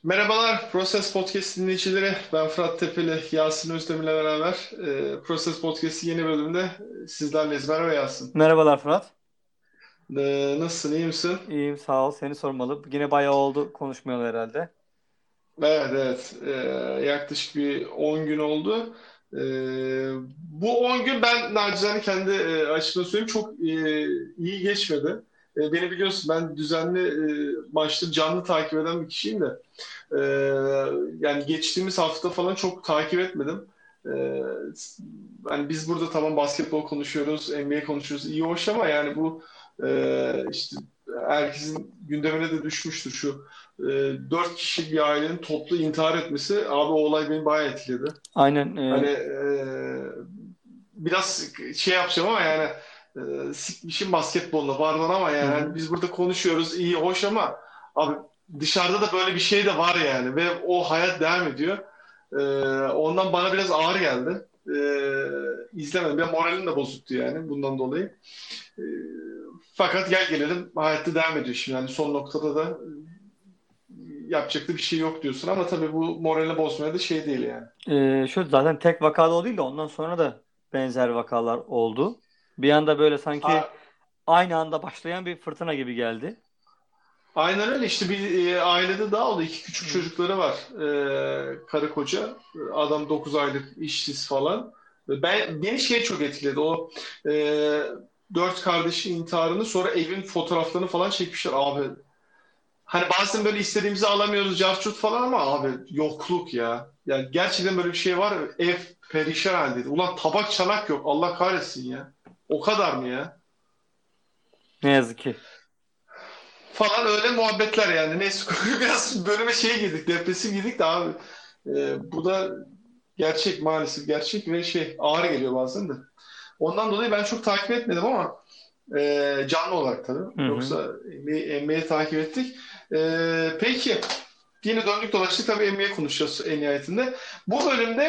Merhabalar Proses Podcast dinleyicileri. Ben Fırat Tepeli, Yasin Özdemir'le beraber Proses Podcast'in yeni bölümünde sizlerleyiz. Merhaba Yasin. Merhabalar Fırat. Nasılsın, iyi misin? İyiyim sağ ol. Seni sormalı. Yine bayağı oldu konuşmayalı herhalde. Evet, evet. Yaklaşık bir 10 gün oldu. E, Bu 10 gün ben nacizane kendi açımdan söyleyeyim çok iyi geçmedi. Beni biliyorsun ben düzenli maçları canlı takip eden bir kişiyim de. Ee, Yani geçtiğimiz hafta falan çok takip etmedim. Ee, Hani biz burada tamam basketbol konuşuyoruz, NBA konuşuyoruz, iyi hoş ama yani bu işte herkesin gündemine de düşmüştür şu e, 4 kişilik bir ailenin toplu intihar etmesi. Abi o olay beni bayağı etkiledi. Aynen. Hani biraz şey yapacağım ama yani sikmişim basketbolla pardon ama Hı yani hani hı. biz burada konuşuyoruz iyi hoş ama abi dışarıda da böyle bir şey de var yani ve o hayat devam ediyor. E, Ondan bana biraz ağır geldi. İzlemedim. Ben moralim de bozuktu yani bundan dolayı. E, Fakat gel gelelim hayatta devam ediyor şimdi. Yani son noktada da yapacak da bir şey yok diyorsun ama tabii bu morali bozmaya da şey değil yani. Şu zaten tek vakada o değil de ondan sonra da benzer vakalar oldu. Bir anda böyle sanki aynı anda başlayan bir fırtına gibi geldi. Aynen öyle işte bir ailede daha oldu. İki küçük Hı. çocukları var. Karı koca. Adam 9 aylık işsiz falan. Beni şey çok etkiledi. O e, dört kardeşin intiharını sonra evin fotoğraflarını falan çekmişler abi. Hani bazen böyle istediğimizi alamıyoruz carçurt falan ama abi yokluk ya. Yani gerçekten böyle bir şey var. Ev perişan haldeydi. Ulan tabak çanak yok. Allah kahretsin ya. O kadar mı ya? Ne yazık ki. Falan öyle muhabbetler yani. Neyse biraz bölüme şey girdik, depresif girdik de abi. Bu da gerçek maalesef gerçek ve şey ağır geliyor bazen de. Ondan dolayı ben çok takip etmedim ama canlı olarak tabii. Hı hı. Yoksa NBA'yi takip ettik. Peki yine döndük dolaştık tabii NBA konuşacağız en nihayetinde. Bu bölümde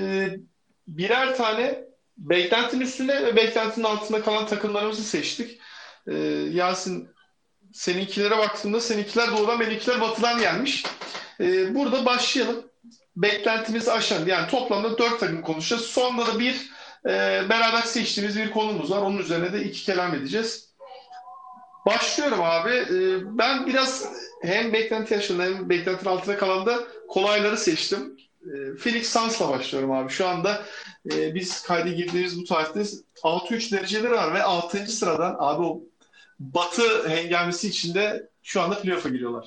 birer tane beklentinin üstünde ve beklentinin altında kalan takımlarımızı seçtik. Yasin seninkilere baktığımda seninkiler doğudan benimkiler batıdan gelmiş. Burada başlayalım. Beklentimizi aşan yani toplamda 4 takım konuşacağız. Sonunda da bir beraber seçtiğimiz bir konumuz var. Onun üzerine de iki kelam edeceğiz. Başlıyorum abi. Ben biraz hem beklenti yaşında hem beklentinin altında kalan da kolayları seçtim. Phoenix Suns'la başlıyorum abi. Şu anda biz kayda girdiğimiz bu tarihte 6-3 dereceleri var ve 6. sıradan abi o Batı hengamesi içinde şu anda playoff'a giriyorlar.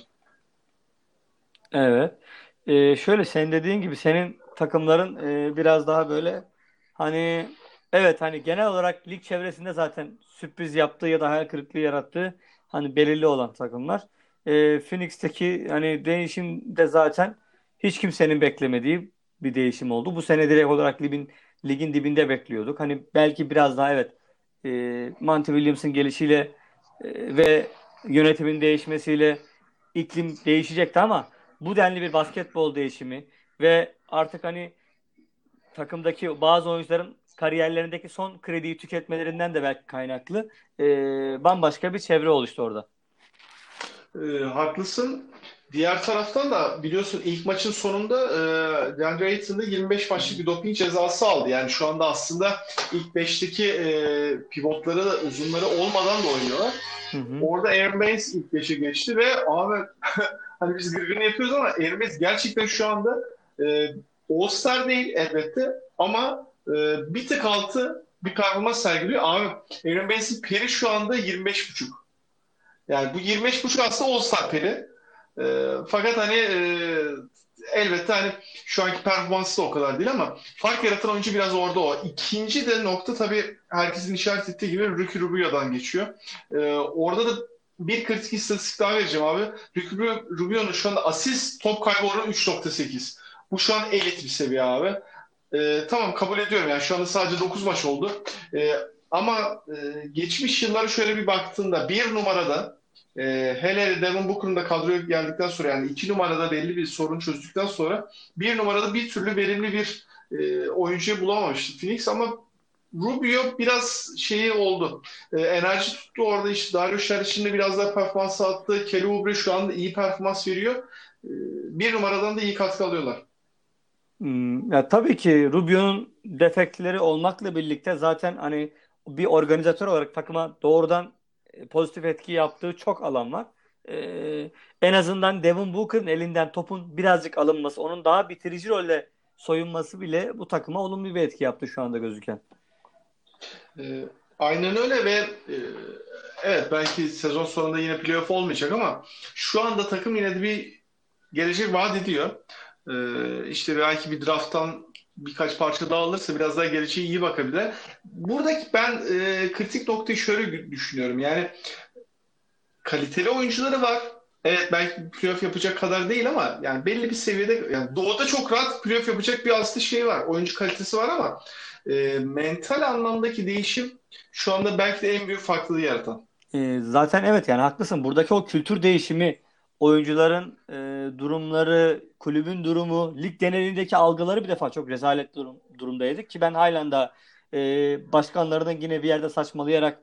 Evet. Şöyle senin dediğin gibi senin takımların biraz daha böyle hani evet hani genel olarak lig çevresinde zaten sürpriz yaptığı ya da hayal kırıklığı yarattığı hani belirli olan takımlar. Phoenix'teki hani değişim de zaten hiç kimsenin beklemediği bir değişim oldu. Bu sene direkt olarak ligin dibinde bekliyorduk. Hani belki biraz daha evet Monty Williams'ın gelişiyle ve yönetimin değişmesiyle iklim değişecekti ama bu denli bir basketbol değişimi ve artık hani takımdaki bazı oyuncuların kariyerlerindeki son krediyi tüketmelerinden de belki kaynaklı bambaşka bir çevre oluştu orada. Haklısın. Diğer taraftan da biliyorsun ilk maçın sonunda DeAndre Ayton da 25 Hı maçlık hı. bir doping cezası aldı. Yani şu anda aslında ilk beşteki pivotları, uzunları olmadan da oynuyorlar. Hı hı. Orada Aaron Baines ilk beşe geçti ve abi hani biz gırgırını yapıyoruz ama Aaron Baines gerçekten şu anda e, All-Star değil elbette ama bir tık altı bir performans sergiliyor. Abi Aaron Baines'in peri şu anda 25,5. Yani bu 25,5 aslında All-Star peri. Fakat hani elbette hani şu anki performansı da o kadar değil ama fark yaratan oyuncu biraz orada o. İkinci de nokta tabii herkesin işaret ettiği gibi Ricky Rubio'dan geçiyor. Orada da bir kritik istatistik daha vereceğim abi. Ricky Rubio'nun şu anda asist top kaybı oranı 3,8. Bu şu an elit bir seviye abi. Tamam kabul ediyorum yani şu anda sadece 9 maç oldu. Ama geçmiş yıllara şöyle bir baktığında bir numarada hele Devin Booker'ın da kadroya geldikten sonra yani 2 numarada belli bir sorun çözdükten sonra bir numarada bir türlü verimli bir oyuncuyu bulamamıştı Phoenix ama Rubio biraz şeyi oldu. Enerji tuttu orada işte Dario Saric'in de biraz daha performans attı. Kelly Oubre şu anda iyi performans veriyor. bir numaradan da iyi katkı alıyorlar. Ya tabii ki Rubio'nun defektleri olmakla birlikte zaten hani bir organizatör olarak takıma doğrudan pozitif etki yaptığı çok alan var. En azından Devin Booker'ın elinden topun birazcık alınması, onun daha bitirici rolle soyunması bile bu takıma olumlu bir etki yaptı şu anda gözüken. E, aynen öyle ve evet belki sezon sonunda yine playoff olmayacak ama şu anda takım yine de bir gelecek vaat ediyor. İşte belki bir drafttan birkaç parça daha alırsa biraz daha geleceğe iyi bakabilir. Buradaki ben kritik noktayı şöyle düşünüyorum. Yani kaliteli oyuncuları var. Evet belki playoff yapacak kadar değil ama yani belli bir seviyede yani doğuda çok rahat playoff yapacak bir aslında şey var. Oyuncu kalitesi var ama mental anlamdaki değişim şu anda belki de en büyük farklılığı yaratan. Zaten evet yani haklısın. Buradaki o kültür değişimi, oyuncuların durumları, kulübün durumu, lig genelindeki algıları bir defa çok rezalet durumdaydık ki ben halen de başkanlarının yine bir yerde saçmalayarak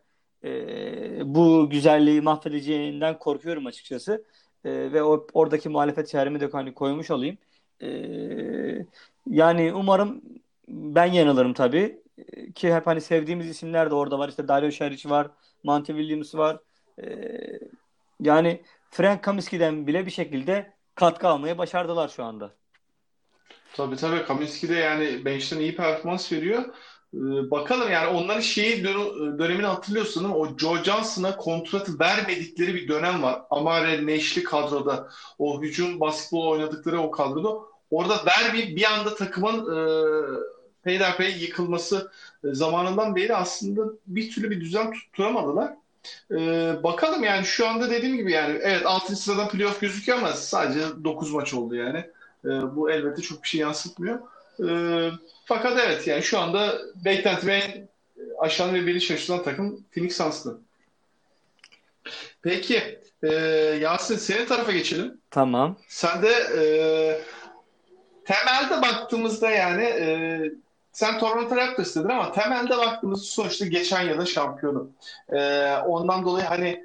bu güzelliği mahvedeceğinden korkuyorum açıkçası. Ve oradaki muhalefet şerimi de hani koymuş olayım. E, Yani umarım ben yanılırım tabii. Ki hep hani sevdiğimiz isimler de orada var. İşte Dario Saric var. Monty Williams var. Ee, Yani Frank Kaminsky'den bile bir şekilde katkı almayı başardılar şu anda. Tabii tabii Kaminski de yani bench'ten iyi performans veriyor. Bakalım yani onların dönemini hatırlıyorsun değil mi? O Joe Johnson'a kontratı vermedikleri bir dönem var. Amare Neşli kadroda. O hücum basketbol oynadıkları o kadroda. Orada Derby bir anda takımın peyderpey yıkılması zamanından beri aslında bir türlü bir düzen tutturamadılar. Bakalım yani şu anda dediğim gibi yani evet 6. sıradan playoff gözüküyor ama sadece 9 maç oldu yani. Bu elbette çok bir şey yansıtmıyor. Fakat evet yani şu anda beklentime en aşan ve beni şaşırtan takım Phoenix Suns'tı. Peki Yasin senin tarafa geçelim. Tamam. Sen de temelde baktığımızda yani sen Toronto Raptors dedin ama temelde baktığımızda sonuçta geçen yılın şampiyonu. Ondan dolayı hani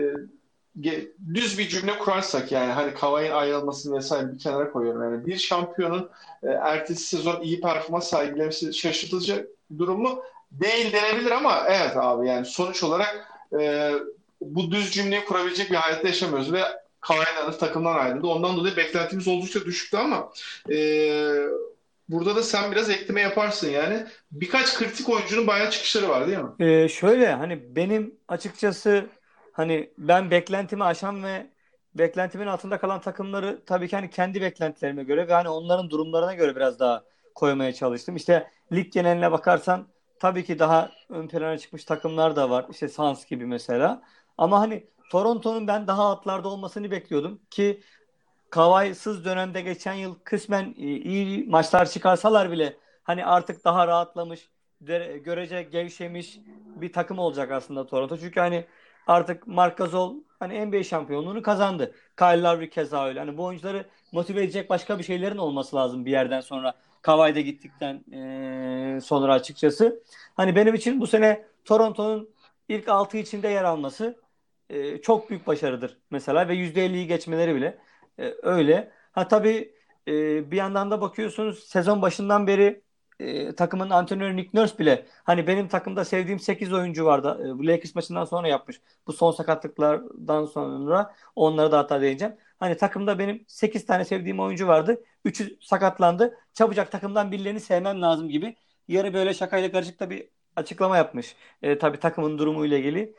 düz bir cümle kurarsak yani hani Kawhi'nin ayrılmasını vesaire bir kenara koyuyorum. Yani bir şampiyonun ertesi sezon iyi performans sergilemesi şaşırtıcı bir durum mu? Değil denebilir ama evet abi yani sonuç olarak bu düz cümleyi kurabilecek bir hayatta yaşamıyoruz ve Kawhi Leonard takımdan ayrıldı. Ondan dolayı beklentimiz oldukça düşüktü ama e, burada da sen biraz ekleme yaparsın yani. Birkaç kritik oyuncunun bayağı çıkışları var değil mi? Şöyle hani benim açıkçası hani ben beklentimi aşan ve beklentimin altında kalan takımları tabii ki hani kendi beklentilerime göre ve hani onların durumlarına göre biraz daha koymaya çalıştım. İşte lig geneline bakarsan tabii ki daha ön plana çıkmış takımlar da var. İşte Suns gibi mesela. Ama hani Toronto'nun ben daha altlarda olmasını bekliyordum ki Kavay'sız dönemde geçen yıl kısmen iyi maçlar çıkarsalar bile hani artık daha rahatlamış, görece gevşemiş bir takım olacak aslında Toronto. Çünkü hani artık Marc Gasol hani NBA şampiyonluğunu kazandı. Kyle Lowry keza öyle. Hani bu oyuncuları motive edecek başka bir şeylerin olması lazım bir yerden sonra. Kawhi de gittikten sonra açıkçası. Hani benim için bu sene Toronto'nun ilk 6 içinde yer alması çok büyük başarıdır mesela ve %50'yi geçmeleri bile. Öyle. Ha tabii bir yandan da bakıyorsunuz sezon başından beri takımın antrenörü Nick Nurse bile hani benim takımda sevdiğim 8 oyuncu vardı. Bu Lakers maçından sonra yapmış. Bu son sakatlıklardan sonra onlara da hatta değineceğim. Hani takımda benim 8 tane sevdiğim oyuncu vardı. Üçü sakatlandı. Çabucak takımdan birilerini sevmem lazım gibi. Yarı böyle şakayla karışık da bir açıklama yapmış. Tabii takımın durumuyla ilgili.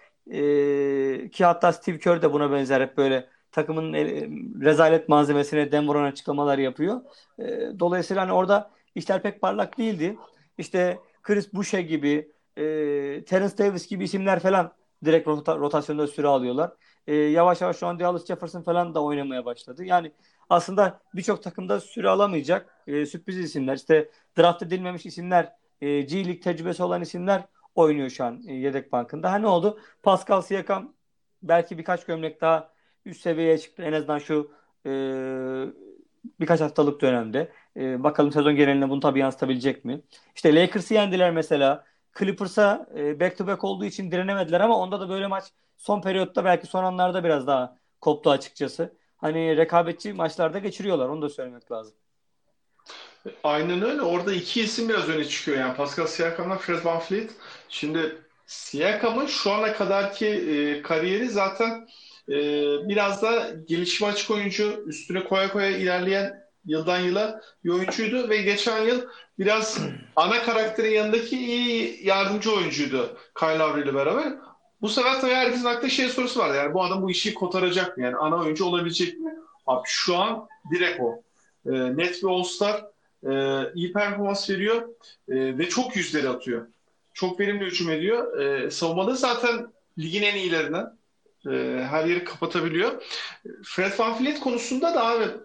Ki hatta Steve Kerr de buna benzer hep böyle takımın rezalet malzemesine dem vuran açıklamalar yapıyor. Dolayısıyla hani orada işler pek parlak değildi. İşte Chris Boucher gibi, Terence Davis gibi isimler falan direkt rotasyonda süre alıyorlar. Yavaş yavaş şu an Dallas Jefferson falan da oynamaya başladı. Yani aslında birçok takımda süre alamayacak sürpriz isimler. İşte draft edilmemiş isimler, G League tecrübesi olan isimler oynuyor şu an yedek bankında. Ha ne oldu? Pascal Siakam belki birkaç gömlek daha üst seviyeye çıktı. En azından şu e, birkaç haftalık dönemde. Bakalım sezon geneline bunu tabii yansıtabilecek mi? İşte Lakers'ı yendiler mesela. Clippers'a back to back olduğu için direnemediler ama onda da böyle maç son periyotta belki son anlarda biraz daha koptu açıkçası. hani rekabetçi maçlarda geçiriyorlar. Onu da söylemek lazım. Aynen öyle. Orada iki isim biraz öne çıkıyor. Yani Pascal Siakam'la Fred VanVleet. Şimdi Siakam'ın şu ana kadarki kariyeri zaten e, biraz da gelişime açık oyuncu, üstüne koya koya ilerleyen yıldan yıla bir oyuncuydu ve geçen yıl biraz ana karakterin yanındaki iyi yardımcı oyuncuydu Kyle Lowry ile beraber. Bu sefer tabii herkesin aklında şey sorusu var. Yani bu adam bu işi kotaracak mı? Yani ana oyuncu olabilecek mi? Abi şu an direkt o. Net bir All-Star, iyi performans veriyor ve çok yüzleri atıyor. Çok verimli hücum ediyor. Savunmada zaten ligin en iyilerinden. Her yeri kapatabiliyor. Fred VanVleet konusunda da abi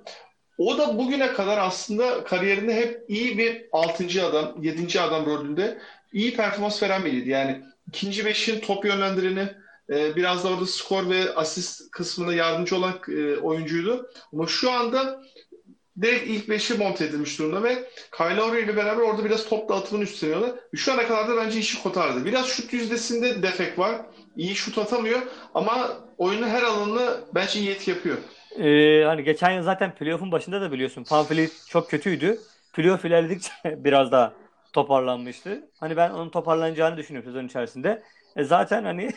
o da bugüne kadar aslında kariyerinde hep iyi bir altıncı adam, yedinci adam rolünde iyi performans veren biriydi. Yani ikinci beşin top yönlendireni, biraz da orada skor ve asist kısmında yardımcı olan oyuncuydu. Ama şu anda direkt ilk beşe monte edilmiş durumda ve Kyle Lowry ile beraber orada biraz top dağıtımını üstleniyorlar. Şu ana kadar da bence işi kotardı. Biraz şut yüzdesinde defek var. İyi şut atamıyor ama oyunun her alanını bence iyi etki yapıyor. Hani geçen yıl zaten playoff'un başında da biliyorsun. Pamphili çok kötüydü. Playoff ilerledikçe biraz daha toparlanmıştı. Hani ben onun toparlanacağını düşünüyorum sezon içerisinde. Zaten hani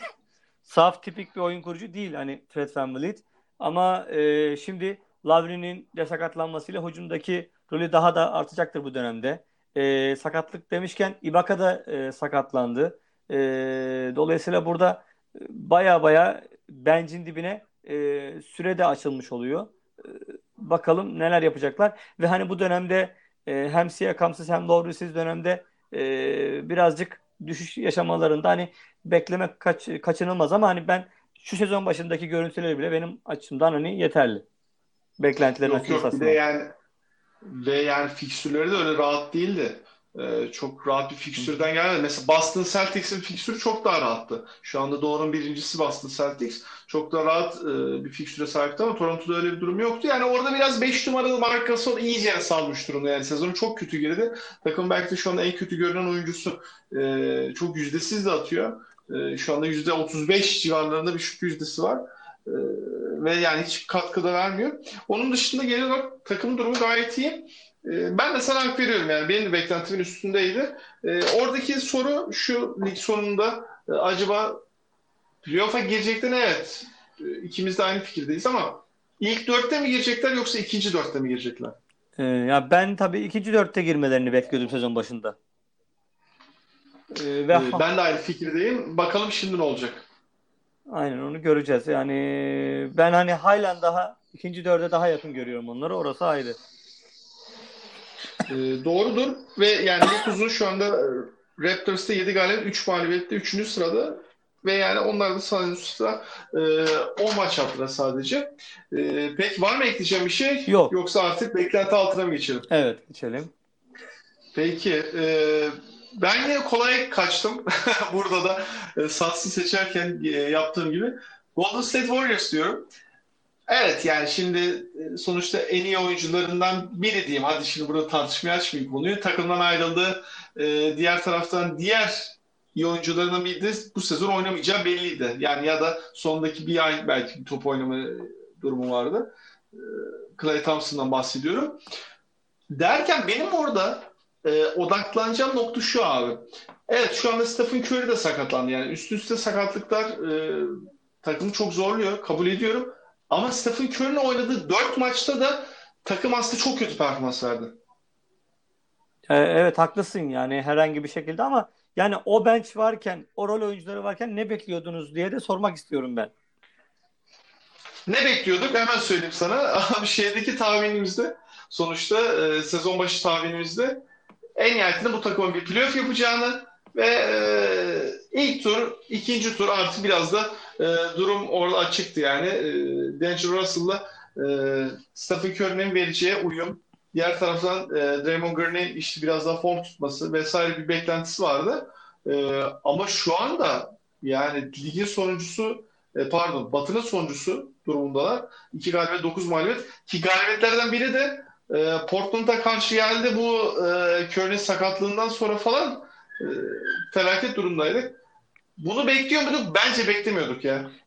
saf tipik bir oyun kurucu değil hani Fred VanVleet. Ama şimdi Lavrin'in de sakatlanmasıyla hücumdaki rolü daha da artacaktır bu dönemde. Sakatlık demişken Ibaka da sakatlandı. Dolayısıyla burada baya baya bencin dibine süre de açılmış oluyor. E, Bakalım neler yapacaklar. Ve hani bu dönemde hem Siakam'sız hem Lowry'siz dönemde birazcık düşüş yaşamalarında hani beklemek kaçınılmaz ama hani ben şu sezon başındaki görüntüleri bile benim açımdan hani yeterli. Beklentilerin Yok açılması yok bir de açısından. yani ve yani fikstürleri de öyle rahat değildi. Çok rahat bir Hı. fikstürden gelmedi. Mesela Boston Celtics'in fikstürü çok daha rahattı. Şu anda Doğu'nun birincisi Boston Celtics. Çok daha rahat bir fikstüre sahipti ama Toronto'da öyle bir durum yoktu. Yani orada biraz 5 numaralı Marc Gasol iyice salmış durumda. Yani sezonu çok kötü girdi. Takım belki de şu anda en kötü görünen oyuncusu. Çok yüzdesiz de atıyor. Şu anda %35 civarlarında bir şut yüzdesi var. Ee, ve yani hiç katkı da vermiyor. Onun dışında genel olarak takım durumu gayet iyi. Ben de sana hak veriyorum yani benim de beklentimin üstündeydi. Oradaki soru şu lig sonunda acaba playoff'a girecekler evet. İkimiz de aynı fikirdeyiz ama ilk dörtte mi girecekler yoksa ikinci dörtte mi girecekler? Ya ben tabii ikinci dörtte girmelerini bekliyordum sezon başında. Ve Ben de aynı fikirdeyim. Bakalım şimdi ne olacak? aynen onu göreceğiz. Yani ben hani halen daha ikinci dörde daha yakın görüyorum onları. Orası ayrı. Doğrudur ve yani lig uzun şu anda Raptors'ta 7 galibiyet 3 mağlubiyette üçüncü sırada ve yani onlar da sonuçta 10 maç yaptılar sadece. Peki var mı ekleyeceğim bir şey Yok. yoksa artık beklenti altına mı geçelim? Evet geçelim. Peki ben yine kolay kaçtım burada da Suns'ı seçerken yaptığım gibi. Golden State Warriors diyorum. Evet yani şimdi sonuçta en iyi oyuncularından biri diyeyim. Hadi şimdi burada tartışmaya açmayayım konuyu. Takımdan ayrıldı. Diğer taraftan diğer iyi oyuncularından biri de bu sezon oynamayacağı belliydi. Yani ya da sondaki bir ay belki bir top oynama durumu vardı. Klay Thompson'dan bahsediyorum. Derken benim orada odaklanacağım nokta şu abi. Evet şu anda Stephen Curry de sakatlandı. Yani üst üste sakatlıklar takımı çok zorluyor. Kabul ediyorum. Ama Stephen Curry'nin oynadığı 4 maçta da takım aslında çok kötü performans verdi. Evet haklısın yani herhangi bir şekilde ama yani o bench varken, o rol oyuncuları varken ne bekliyordunuz diye de sormak istiyorum ben. Ne bekliyorduk? Hemen söyleyeyim sana. Abi şeydeki tahminimizde sonuçta sezon başı tahminimizde en nihayetinde bu takımın bir playoff yapacağını ve ilk tur, ikinci tur artı biraz da durum orada açıktı yani. D'Angelo Russell'la e, Stephen Curry'nin vereceği uyum, diğer taraftan Draymond Green'in işte biraz daha form tutması vesaire bir beklentisi vardı. Ama şu anda yani ligin sonuncusu pardon Batı'nın sonuncusu durumundalar. 2 galibiyet 9 mağlubiyet ki galibiyetlerden biri de Portland'a karşı geldi bu Curry'nin sakatlığından sonra falan e, felaket durumdaydık. Bunu bekliyor muyduk? Bence beklemiyorduk ya.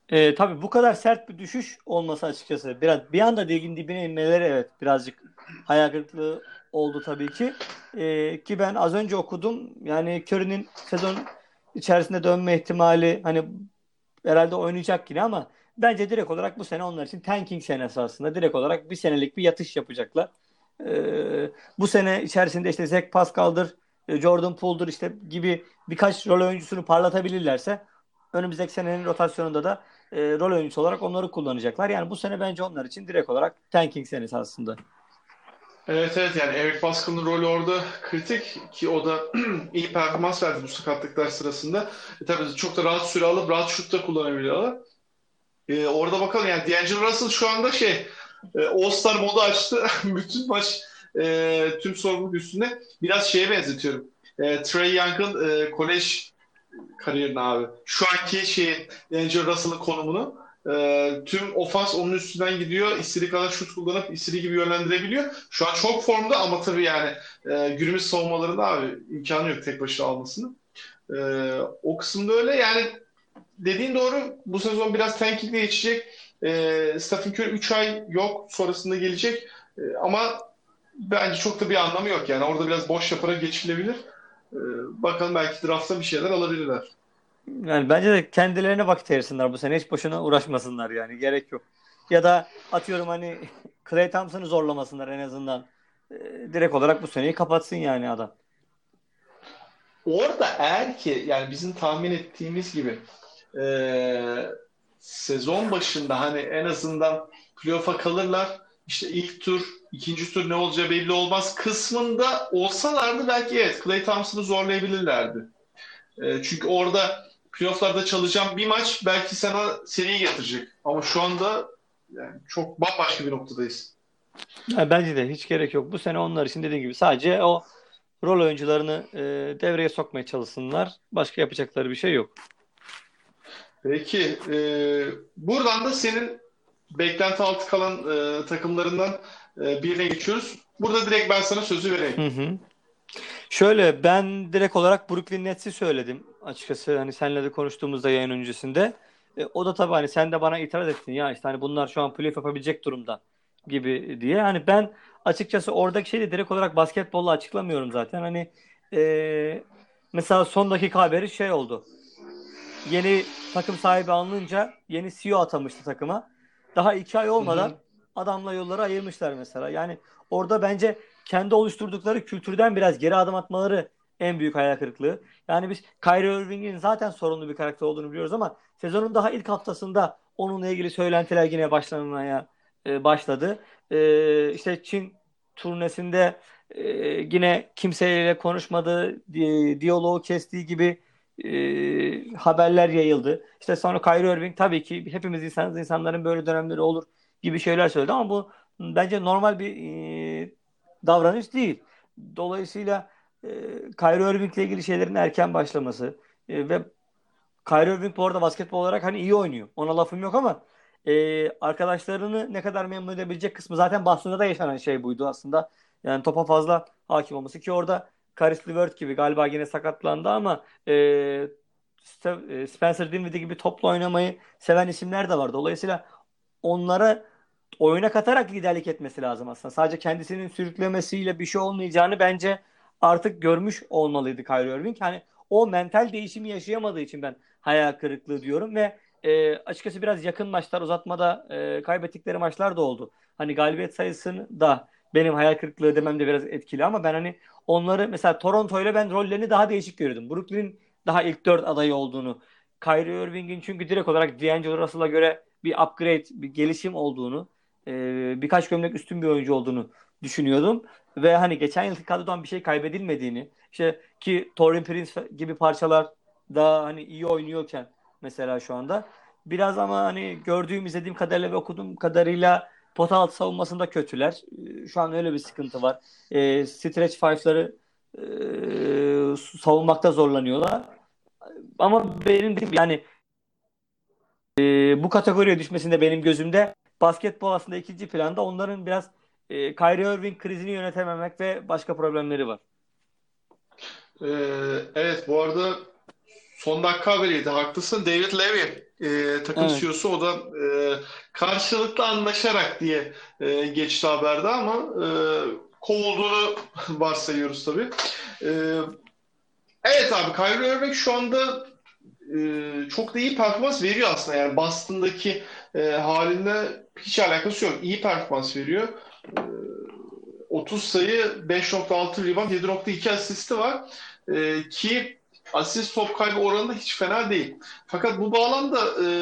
Tabii bu kadar sert bir düşüş olması açıkçası. Biraz bir anda ligin dibine inmeleri evet birazcık hayal kırıklığı oldu tabii ki. Ki ben az önce okudum. Yani Curry'nin sezon içerisinde dönme ihtimali hani herhalde oynayacak yine ama bence direkt olarak bu sene onlar için tanking senesi aslında. Direkt olarak bir senelik bir yatış yapacaklar. Bu sene içerisinde işte Zach Pascal'dır, Jordan Poole'dur işte gibi birkaç rol oyuncusunu parlatabilirlerse önümüzdeki senenin rotasyonunda da rol oyuncusu olarak onları kullanacaklar. Yani bu sene bence onlar için direkt olarak tanking senesi aslında. Evet, evet, yani Eric Pascal'ın rolü orada kritik ki o da iyi performans verdi bu sakatlıklar sırasında. Tabii çok da rahat süre alıp rahat şut da kullanabiliyorlar. Orada bakalım yani D'Angelo Russell şu anda All-Star modu açtı. Bütün maç tüm sorumluluk üstünde. Biraz şeye benzetiyorum. Trae Young'ın kolej kariyerini abi. Şu anki D'Angelo Russell'ın konumunu tüm ofans onun üstünden gidiyor. İstediği kadar şut kullanıp istediği gibi yönlendirebiliyor. Şu an çok formda ama tabii yani günümüz savunmalarında abi imkanı yok tek başına almasını. E, O kısımda öyle yani dediğin doğru. Bu sezon biraz tankingle geçecek. Stephen Curry 3 ay yok. Sonrasında gelecek. Ama bence çok da bir anlamı yok. Yani orada biraz boş yaparak geçilebilir. E, Bakalım belki draftta bir şeyler alabilirler. Yani bence de kendilerine vakit ayırsınlar bu sene. Hiç boşuna uğraşmasınlar yani. Gerek yok. Ya da atıyorum hani Klay Thompson'ı zorlamasınlar en azından. Direkt olarak bu seneyi kapatsın yani adam. Orada eğer ki yani bizim tahmin ettiğimiz gibi e, sezon başında hani en azından playoff'a kalırlar. İşte ilk tur, ikinci tur ne olacağı belli olmaz kısmında olsalardı belki evet Klay Thompson'ı zorlayabilirlerdi. Çünkü orada playoff'larda çalacağım bir maç belki sana seriyi getirecek. Ama şu anda yani çok bambaşka bir noktadayız. Ya bence de hiç gerek yok. Bu sene onlar için dediğim gibi sadece o rol oyuncularını devreye sokmaya çalışsınlar. Başka yapacakları bir şey yok. Peki, buradan da senin beklenti altı kalan takımlarından birine geçiyoruz. Burada direkt ben sana sözü vereyim. Hı hı. Şöyle ben direkt olarak Brooklyn Nets'i söyledim. Açıkçası hani seninle de konuştuğumuzda yayın öncesinde. O da tabii hani sen de bana itiraz ettin ya işte hani bunlar şu an playoff yapabilecek durumda gibi diye. Hani ben açıkçası oradaki şeyi de direkt olarak basketbolla açıklamıyorum zaten. Hani e, mesela son dakika haberi şey oldu. Yeni takım sahibi alınınca yeni CEO atamıştı takıma. Daha 2 ay Hı hı. olmadan adamla yolları ayırmışlar mesela. Yani orada bence kendi oluşturdukları kültürden biraz geri adım atmaları en büyük hayal kırıklığı. Yani biz Kyrie Irving'in zaten sorunlu bir karakter olduğunu biliyoruz ama sezonun daha ilk haftasında onunla ilgili söylentiler yine başlanmaya başladı. İşte Çin turnesinde yine kimseyle konuşmadığı, diyaloğu kestiği gibi haberler yayıldı. İşte sonra Kyrie Irving tabii ki hepimiz insanız, insanların böyle dönemleri olur gibi şeyler söyledi ama bu bence normal bir davranış değil. Dolayısıyla e, Kyrie Irving'le ilgili şeylerin erken başlaması ve Kyrie Irving bu arada basketbol olarak hani iyi oynuyor. Ona lafım yok ama arkadaşlarını ne kadar memnun edebilecek kısmı zaten Boston'da da yaşanan şey buydu aslında. Yani topa fazla hakim olması ki orada Caris LeVert gibi galiba yine sakatlandı ama Spencer Dinwiddie gibi topla oynamayı seven isimler de var. Dolayısıyla onlara oyuna katarak liderlik etmesi lazım aslında. Sadece kendisinin sürüklemesiyle bir şey olmayacağını bence artık görmüş olmalıydı Kyrie Irving. Hani o mental değişimi yaşayamadığı için ben hayal kırıklığı diyorum ve açıkçası biraz yakın maçlar uzatmada kaybettikleri maçlar da oldu. Hani galibiyet sayısını da benim hayal kırıklığı demem de biraz etkili ama ben hani onları mesela Toronto ile ben rollerini daha değişik görüyordum. Brooklyn daha ilk 4 adayı olduğunu. Kyrie Irving'in çünkü direkt olarak D'Angelo Russell'a göre bir upgrade, bir gelişim olduğunu, birkaç gömlek üstün bir oyuncu olduğunu düşünüyordum. Ve hani geçen yılki kadrodan bir şey kaybedilmediğini, işte ki Taurean Prince gibi parçalar daha hani iyi oynuyorken mesela şu anda biraz ama hani gördüğüm, izlediğim kadarıyla ve okuduğum kadarıyla pota altı savunmasında kötüler. Şu an öyle bir sıkıntı var. Stretch five'ları savunmakta zorlanıyorlar. Ama benim yani bu kategoriye düşmesinde benim gözümde basketbol aslında ikinci planda. Onların biraz Kyrie Irving krizini yönetememek ve başka problemleri var. E, evet, bu arada son dakika haberiydi. Haklısın. David Levy takım Evet. CEO'su, o da karşılıklı anlaşarak diye geçti haberde ama kovulduğunu varsayıyoruz tabii. E, evet abi, Kyrie Irving şu anda çok da iyi performans veriyor aslında. Yani Boston'daki haline hiç alakası yok. İyi performans veriyor. E, 30 sayı, 5.6 rebound, 7.2 asisti var. Ki asist top kaybı oranı da hiç fena değil. Fakat bu bağlamda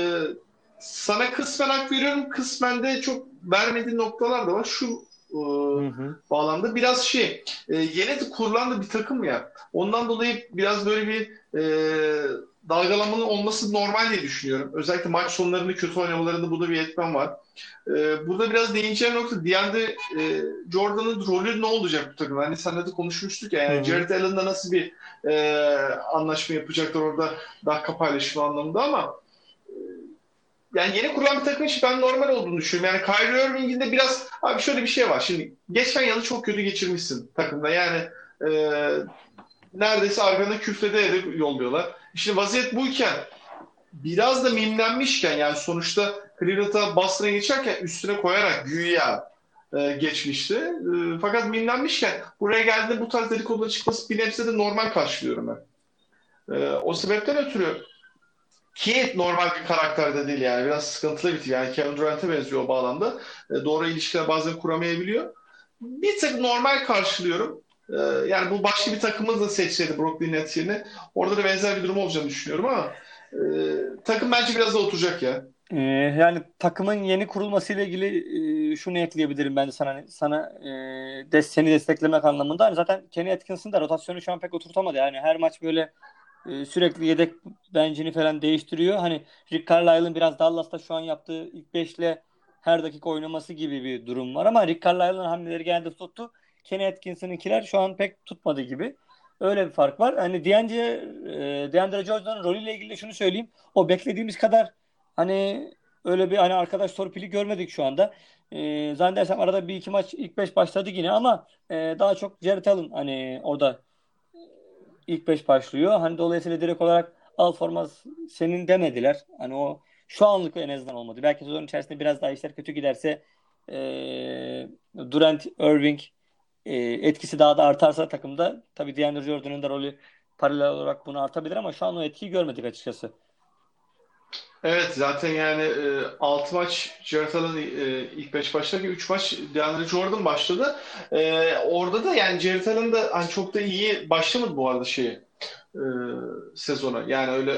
sana kısmen hak veriyorum. Kısmen de çok vermediğin noktalar da var. Şu e, Hı hı. bağlamda biraz yeni de kurulan da bir takım ya. Ondan dolayı biraz böyle bir dalgalanmanın olması normal diye düşünüyorum. Özellikle maç sonlarında kötü oynamalarında bunda bir etmen var. Burada biraz değineceğim nokta, DeAndre Jordan'ın rolü ne olacak bu takımda? Hani seninle de konuşmuştuk ya. Hı Yani hı. Jared Allen'la nasıl bir anlaşma yapacaklar orada, dakika paylaşımı anlamında, ama yani yeni kurulan bir takım için ben normal olduğunu düşünüyorum. Yani Kyrie Irving'in de biraz, abi şöyle bir şey var. Şimdi geçen yılı çok kötü geçirmişsin takımda. Yani e, neredeyse arkana küflede edip yolluyorlar. Şimdi vaziyet buyken, biraz da mimlenmişken, yani sonuçta Cleveland'a, Boston'a geçerken üstüne koyarak güya geçmişti. Fakat mimlenmişken buraya geldiğinde bu tarz dedikoduların çıkması bir nebze de normal karşılıyorum ben. O sebepten ötürü, ki normal bir karakter de değil yani, biraz sıkıntılı bir tip. Yani Kevin Durant'e benziyor o bağlamda. Doğru ilişkiler bazen kuramayabiliyor. Bir tık normal karşılıyorum. Yani bu başka bir takımı da seçseydi Brooklyn Nets yerine, orada da benzer bir durum olacağını düşünüyorum ama takım bence biraz da oturacak ya. Yani takımın yeni kurulması ile ilgili şunu ekleyebilirim ben de sana seni desteklemek anlamında. Hani zaten Kenny Atkins'in de rotasyonu şu an pek oturtamadı. Yani her maç böyle sürekli yedek bencini falan değiştiriyor. Hani Rick Carlisle'ın biraz Dallas'ta şu an yaptığı ilk beşle her dakika oynaması gibi bir durum var ama Rick Carlisle'ın hamleleri genelde tuttu. Kenny Atkinson'ınkiler şu an pek tutmadı gibi. Öyle bir fark var. Hani DeAndre Jordan'ın rolüyle ilgili de şunu söyleyeyim. O beklediğimiz kadar hani öyle bir hani arkadaş torpili görmedik şu anda. Zannedersem arada bir iki maç ilk beş başladı yine ama daha çok Jared Allen hani orada ilk beş başlıyor. Hani dolayısıyla direkt olarak al format senin demediler. Hani o şu anlık en azından olmadı. Belki sezon içerisinde biraz daha işler kötü giderse Durant, Irving etkisi daha da artarsa takımda tabii DeAndre Jordan'ın da rolü paralel olarak bunu artabilir ama şu an o etkiyi görmedik açıkçası. Evet, zaten yani 6 maç Jared Allen ilk 5 başlarken 3 maç DeAndre Jordan başladı. Orada da yani Jared Allen da hani çok da iyi başlamadı bu arada e, sezona. Yani öyle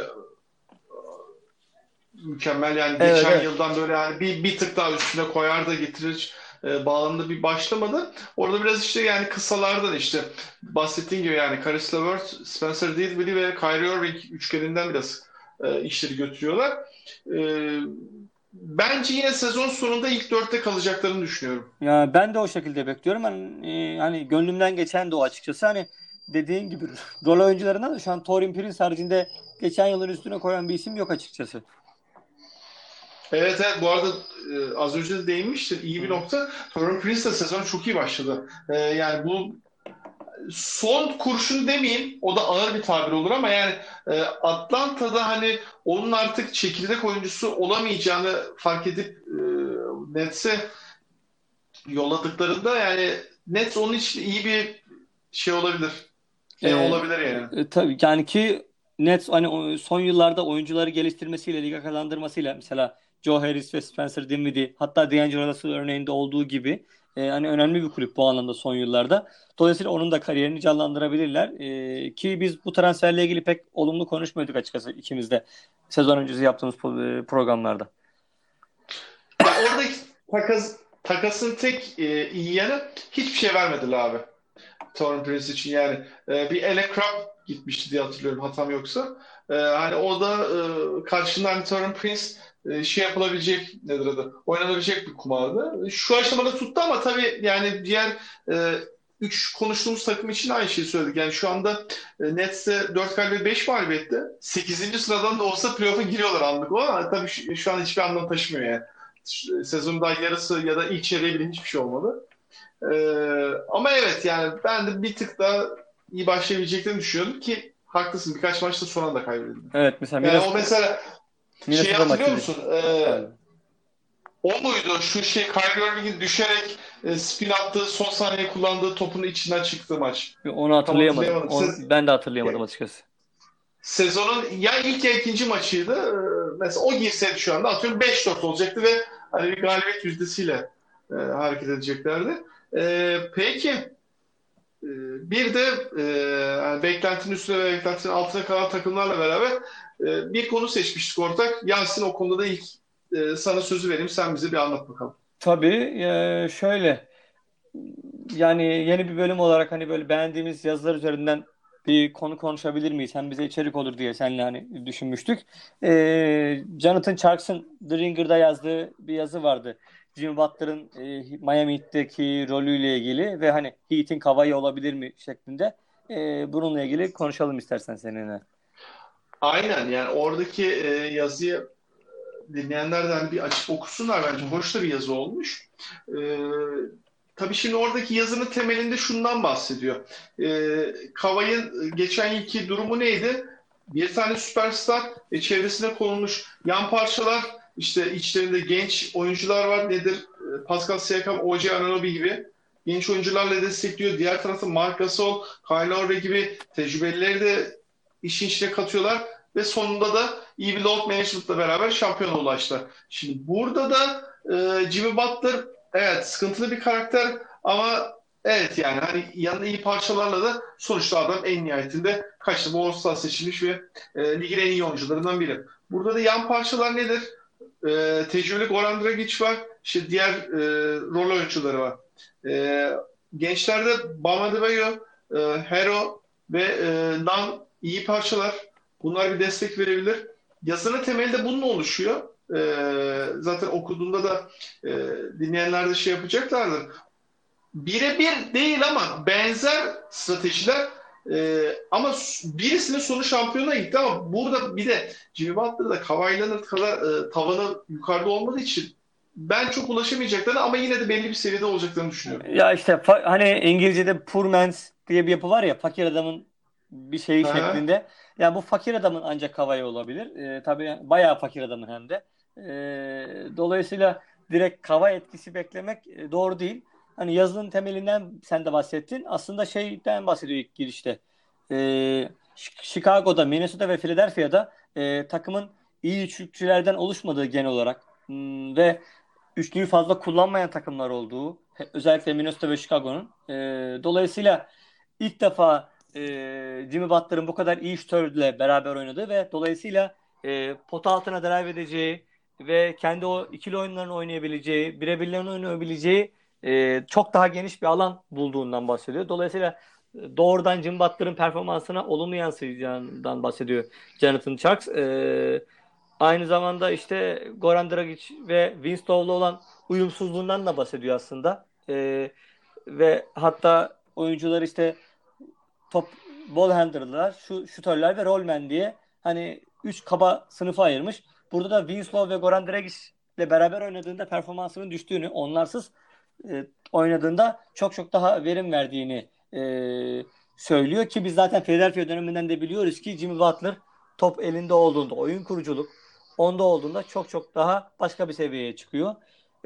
mükemmel, yani Evet, geçen evet. yıldan böyle yani bir tık daha üstüne koyar da getirir bağlamında bir başlamadı. Orada biraz yani kısalardan bahsettiğin gibi, yani Caris LeVert, Spencer Dinwiddie ve Kyrie Irving üçgeninden biraz işleri götürüyorlar. E, Bence yine sezon sonunda ilk dörtte kalacaklarını düşünüyorum. Ya ben de o şekilde bekliyorum. Hani gönlümden geçen de o açıkçası. Hani dediğin gibi rol oyuncularından da şu an Torin Prince haricinde geçen yılın üstüne koyan bir isim yok açıkçası. Evet, evet, bu arada az önce de değinmiştin, iyi bir Hı. nokta. Torrey Prince de sezonu çok iyi başladı. Yani bu son kurşun demeyeyim, o da ağır bir tabir olur ama yani Atlanta'da hani onun artık çekirdek oyuncusu olamayacağını fark edip Nets'e yolladıklarında, yani Nets onun için iyi bir olabilir. Ee, Olabilir yani. tabii yani ki Nets hani son yıllarda oyuncuları geliştirmesiyle, liga kazandırmasıyla mesela Joe Harris ve Spencer Dinwiddie hatta D'Angelo Russell örneğinde olduğu gibi hani önemli bir kulüp bu anlamda son yıllarda. Dolayısıyla onun da kariyerini canlandırabilirler. Ki biz bu transferle ilgili pek olumlu konuşmuyorduk açıkçası ikimiz de sezon öncesi yaptığımız programlarda. Ya oradaki takasın tek iyi yanı, hiçbir şey vermediler abi. Torrey Prince için yani. Bir Ele Crump gitmişti diye hatırlıyorum, hatam yoksa. Hani o da karşında hani Torrey Prince yapılabilecek, nedir adı, oynanabilecek bir kumardı. Şu aşamada tuttu ama tabii yani diğer e, üç konuştuğumuz takım için aynı şeyi söyledik. Yani şu anda Nets'te 4 galibiyet 5 mağlubiyette. 8. sıradan da olsa playoff'a giriyorlar anlık o, ama tabii şu an hiçbir anlam taşımıyor yani. Sezonun daha yarısı ya da ilk çeyreği bile hiçbir şey olmadı. Ama evet, yani ben de bir tık daha iyi başlayabileceklerini düşünüyordum ki haklısın, birkaç maçta son anda kaybedildi. Evet, mesela Yani o mesela Minnesota hatırlıyor maçıydı musun? galiba. O muydu? Şu Kyrie Irving'in düşerek spin attığı, son saniye kullandığı topun içinden çıktığı maç. Onu Tam hatırlayamadım. hatırlayamadım. Ben de hatırlayamadım açıkçası. Sezonun ya ilk ya ikinci maçıydı. Mesela o girseydi şu anda atıyorum 5-4 olacaktı ve hani bir galibiyet yüzdesiyle hareket edeceklerdi. Peki bir de yani beklentinin üstüne ve beklentinin altına kalan takımlarla beraber bir konu seçmiştik ortak. Yasin, o konuda da ilk sana sözü vereyim. Sen bize bir anlat bakalım. Tabii şöyle, yani yeni bir bölüm olarak hani böyle beğendiğimiz yazılar üzerinden bir konu konuşabilir miyiz? Hem bize içerik olur diye seninle hani düşünmüştük. Jonathan Tjarks'ın The Ringer'da yazdığı bir yazı vardı. Jimmy Butler'ın Miami Heat'teki rolüyle ilgili ve hani Heat'in Kawhi olabilir mi şeklinde. Bununla ilgili konuşalım istersen seninle. Aynen, yani oradaki yazıyı dinleyenlerden bir açıp okusunlar, bence hoş da bir yazı olmuş. Ee, tabii şimdi oradaki yazının temelinde şundan bahsediyor. Kavay'ın geçen yılki durumu neydi? Bir tane süperstar ve çevresine konulmuş yan parçalar, işte içlerinde genç oyuncular var. Nedir? Pascal Siakam, OG Anunoby gibi genç oyuncularla destekliyor. Diğer tarafta Marc Gasol, Kyle Lowry gibi tecrübelileri de işin içine katıyorlar ve sonunda da iyi bir load management'la beraber şampiyona ulaştılar. Şimdi burada da Jimmy Butler, evet, sıkıntılı bir karakter ama evet, yani hani yanında iyi parçalarla da sonuçta adam en nihayetinde kaçtı bu All-Star seçilmiş ve ligin en iyi oyuncularından biri. Burada da yan parçalar nedir? Tecrübeli Goran Dragic var. İşte diğer rol oyuncuları var. E, gençlerde Bam Adebayo, Hero ve Nan iyi parçalar. Bunlar bir destek verebilir. Yazının temeli de bunun oluşuyor. Zaten okuduğunda da e, dinleyenler de şey yapacaklardır. Birebir değil ama benzer stratejiler, ama birisinin sonu şampiyona gitti ama burada bir de Jimmy Butler'da Kawhi Leonard kadar tavanı yukarıda olmadığı için ben çok ulaşamayacaklarını ama yine de belli bir seviyede olacaklarını düşünüyorum. Ya işte hani İngilizce'de poor man's diye bir yapı var ya, fakir adamın bir şeyi Aha. şeklinde. Yani bu fakir adamın ancak Kavai olabilir. Tabii bayağı fakir adamın hem de. Dolayısıyla direkt Kavai etkisi beklemek doğru değil. Hani yazının temelinden sen de bahsettin. Aslında şeyden bahsediyor ilk girişte. Chicago'da, Minnesota ve Philadelphia'da takımın iyi üçlükçülerden oluşmadığı genel olarak. Ve üçlüyü fazla kullanmayan takımlar olduğu, özellikle Minnesota ve Chicago'nun. Dolayısıyla ilk defa Jimmy Butler'ın bu kadar iyi şutörle beraber oynadığı ve dolayısıyla pota altına drive edeceği ve kendi o ikili oyunlarını oynayabileceği, birebirlerini oynayabileceği çok daha geniş bir alan bulduğundan bahsediyor. Dolayısıyla doğrudan Jimmy Butler'ın performansına olumlu yansıyacağından bahsediyor Jonathan Tjarks. Aynı zamanda işte Goran Dragic ve Vince Low'la olan uyumsuzluğundan da bahsediyor aslında. Ve hatta oyuncular işte top ball handler'lar, şutörler ve rollman diye hani 3 kaba sınıfa ayırmış. Burada da Vince Lowe ve Goran Dragic ile beraber oynadığında performansının düştüğünü, onlarsız oynadığında çok çok daha verim verdiğini söylüyor ki biz zaten Philadelphia döneminden de biliyoruz ki Jimmy Butler top elinde olduğunda oyun kuruculuk, onda olduğunda çok çok daha başka bir seviyeye çıkıyor.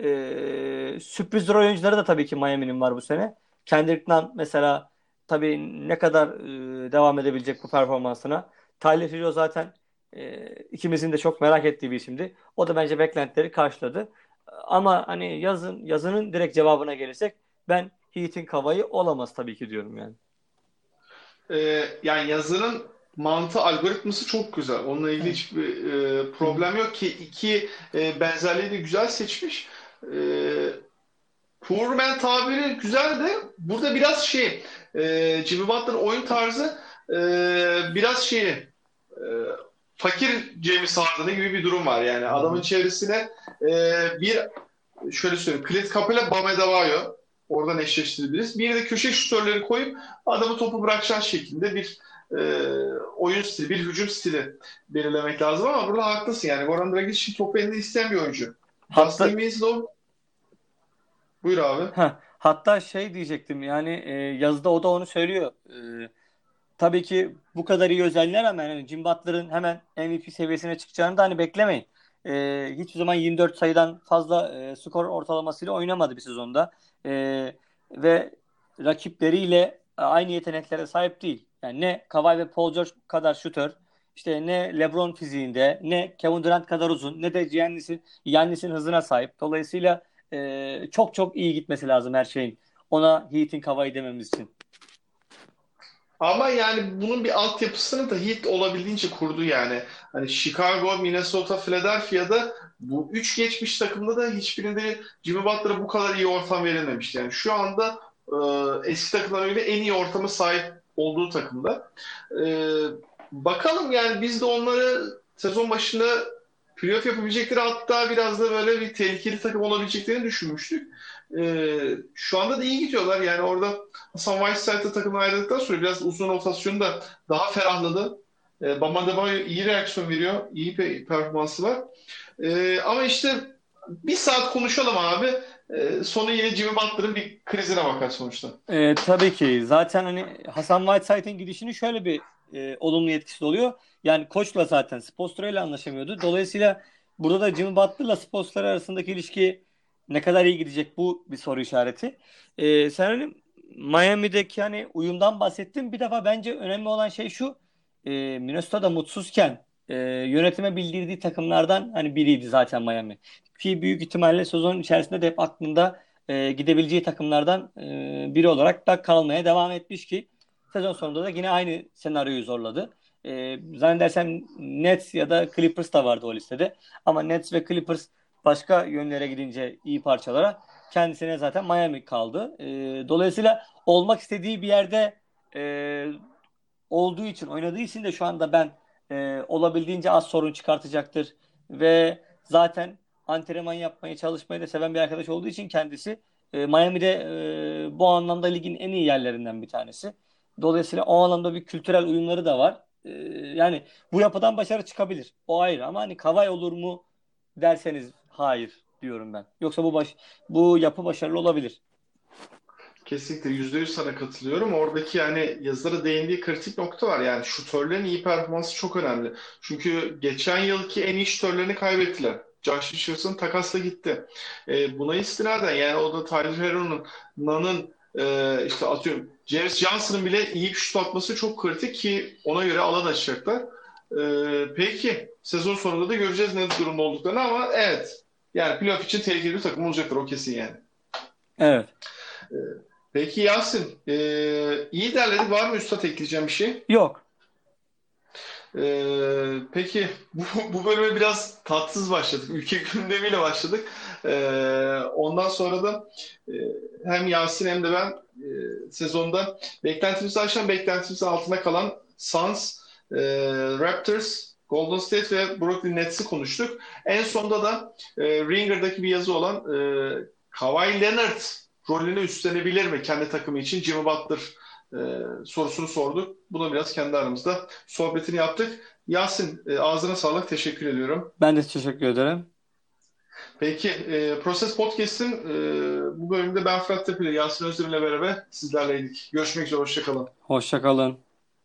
Sürpriz rol oyuncuları da tabii ki Miami'nin var bu sene. Kendrick Nunn mesela, tabii ne kadar devam edebilecek bu performansına. Tyler Hero zaten ikimizin de çok merak ettiği bir isimdi. O da bence beklentileri karşıladı. Ama hani yazının direkt cevabına gelirsek ben Heat'in Kavayı olamaz tabii ki diyorum yani. Yani yazının mantığı, algoritması çok güzel. Onunla ilgili Evet. hiçbir Hı hı. problem yok ki iki benzerliği de güzel seçmiş. E, Poor man tabiri güzel de burada biraz şey, Jimmy Butler'ın oyun tarzı biraz şey, e, fakir James Harden'ı gibi bir durum var. Yani Hı adamın hı. çevresine bir, şöyle söyleyeyim, Clint Capela, Bam Adebayo oradan eşleştirebiliriz. Bir de köşe şutörleri koyup adamı topu bırakacağın şeklinde bir e, oyun stili, bir hücum stili belirlemek lazım ama burada haklısın. Yani Goran Dragic için topu elinde isteyen bir oyuncu. Hatta Justin Winslow, buyur abi. hatta şey diyecektim yani yazıda o da onu söylüyor. tabii ki bu kadar iyi özelliğine rağmen yani Jim Butler'ın hemen MVP seviyesine çıkacağını da hani beklemeyin. Hiçbir zaman 24 sayıdan fazla skor ortalamasıyla oynamadı bir sezonda. Ve rakipleriyle aynı yeteneklere sahip değil. Yani ne Kawhi ve Paul George kadar şutör, işte ne LeBron fiziğinde, ne Kevin Durant kadar uzun, ne de Giannis'in hızına sahip. Dolayısıyla çok çok iyi gitmesi lazım her şeyin. Ona Heat'in Kawhi dememiz için. Ama yani bunun bir altyapısını da Heat olabildiğince kurdu yani. Hani Chicago, Minnesota, Philadelphia'da bu üç geçmiş takımda da hiçbirinde Jimmy Butler'a bu kadar iyi ortam verilmemişti. Yani şu anda eski takımlara göre en iyi ortama sahip olduğu takımda. E, Bakalım yani biz de onları sezon başında playoff yapabilecekleri, hatta biraz da böyle bir tehlikeli takım olabileceklerini düşünmüştük. Şu anda da iyi gidiyorlar. Yani orada Hasan Whiteside'da takımdan ayrıldıktan sonra biraz uzun rotasyonu da daha ferahladı. Bam Adebayo iyi reaksiyon veriyor. İyi bir performansı var. Ama işte bir saat konuşalım abi. Sonu yine Jimmy Butler'ın bir krizine bakar sonuçta. Tabii ki. Zaten hani Hasan Whiteside'in gidişinin şöyle bir olumlu etkisi de oluyor. Yani koçla zaten Spoelstra ile anlaşamıyordu. Dolayısıyla burada da Jimmy Butler'la Spoelstra arasındaki ilişki ne kadar iyi gidecek, bu bir soru işareti. Sen hani Miami'deki hani uyumdan bahsettin. Bir defa bence önemli olan şey şu. Minnesota'da mutsuzken yönetime bildirdiği takımlardan hani biriydi zaten Miami. Ki büyük ihtimalle sezon içerisinde de hep aklında gidebileceği takımlardan biri olarak da kalmaya devam etmiş ki sezon sonunda da yine aynı senaryoyu zorladı. Zannedersem Nets ya da Clippers da vardı o listede. Ama Nets ve Clippers başka yönlere gidince iyi parçalara, kendisine zaten Miami kaldı. Dolayısıyla olmak istediği bir yerde e, olduğu için, oynadığı için de şu anda ben olabildiğince az sorun çıkartacaktır. Ve zaten antrenman yapmayı, çalışmayı da seven bir arkadaş olduğu için kendisi Miami'de bu anlamda ligin en iyi yerlerinden bir tanesi. Dolayısıyla o anlamda bir kültürel uyumları da var. Yani bu yapıdan başarı çıkabilir. O ayrı, ama hani Kavay olur mu derseniz hayır diyorum ben. Yoksa bu yapı başarılı olabilir. Kesinlikle %100 sana katılıyorum. Oradaki yani yazılara değindiği kritik nokta var. Yani şutörlerin iyi performansı çok önemli. Çünkü geçen yılki en iyi şutörlerini kaybettiler. Josh Richardson takasla gitti. Buna istinaden yani o da Tyler Herro'nun, Nan'ın, işte atıyorum James Johnson'ın bile iyi bir şut atması çok kritik ki ona göre alan açacaklar. Peki sezon sonunda da göreceğiz ne durumda olduklarını, ama evet yani playoff için tehlikeli bir takım olacaktır, o kesin yani. Evet. Peki Yasin, iyi derledik. Var mı üstad ekleyeceğim bir şey? Yok. Peki bu bölüme biraz tatsız başladık. Ülke gündemiyle başladık. Ondan sonra da e, hem Yasin hem de ben sezonda beklentimizi aşan, beklentimizin altına kalan Suns, Raptors, Golden State ve Brooklyn Nets'i konuştuk. En sonda da Ringer'daki bir yazı olan Kawhi Leonard rolünü üstlenebilir mi kendi takımı için Jimmy Butler sorusunu sorduk. Buna biraz kendi aramızda sohbetini yaptık. Yasin, ağzına sağlık. Teşekkür ediyorum. Ben de teşekkür ederim. Peki, Proses Podcast'in bu bölümünde ben Fırat Tepe ile Yasin Özdemir'le beraber sizlerleydik. Görüşmek üzere, hoşça kalın. Hoşça kalın.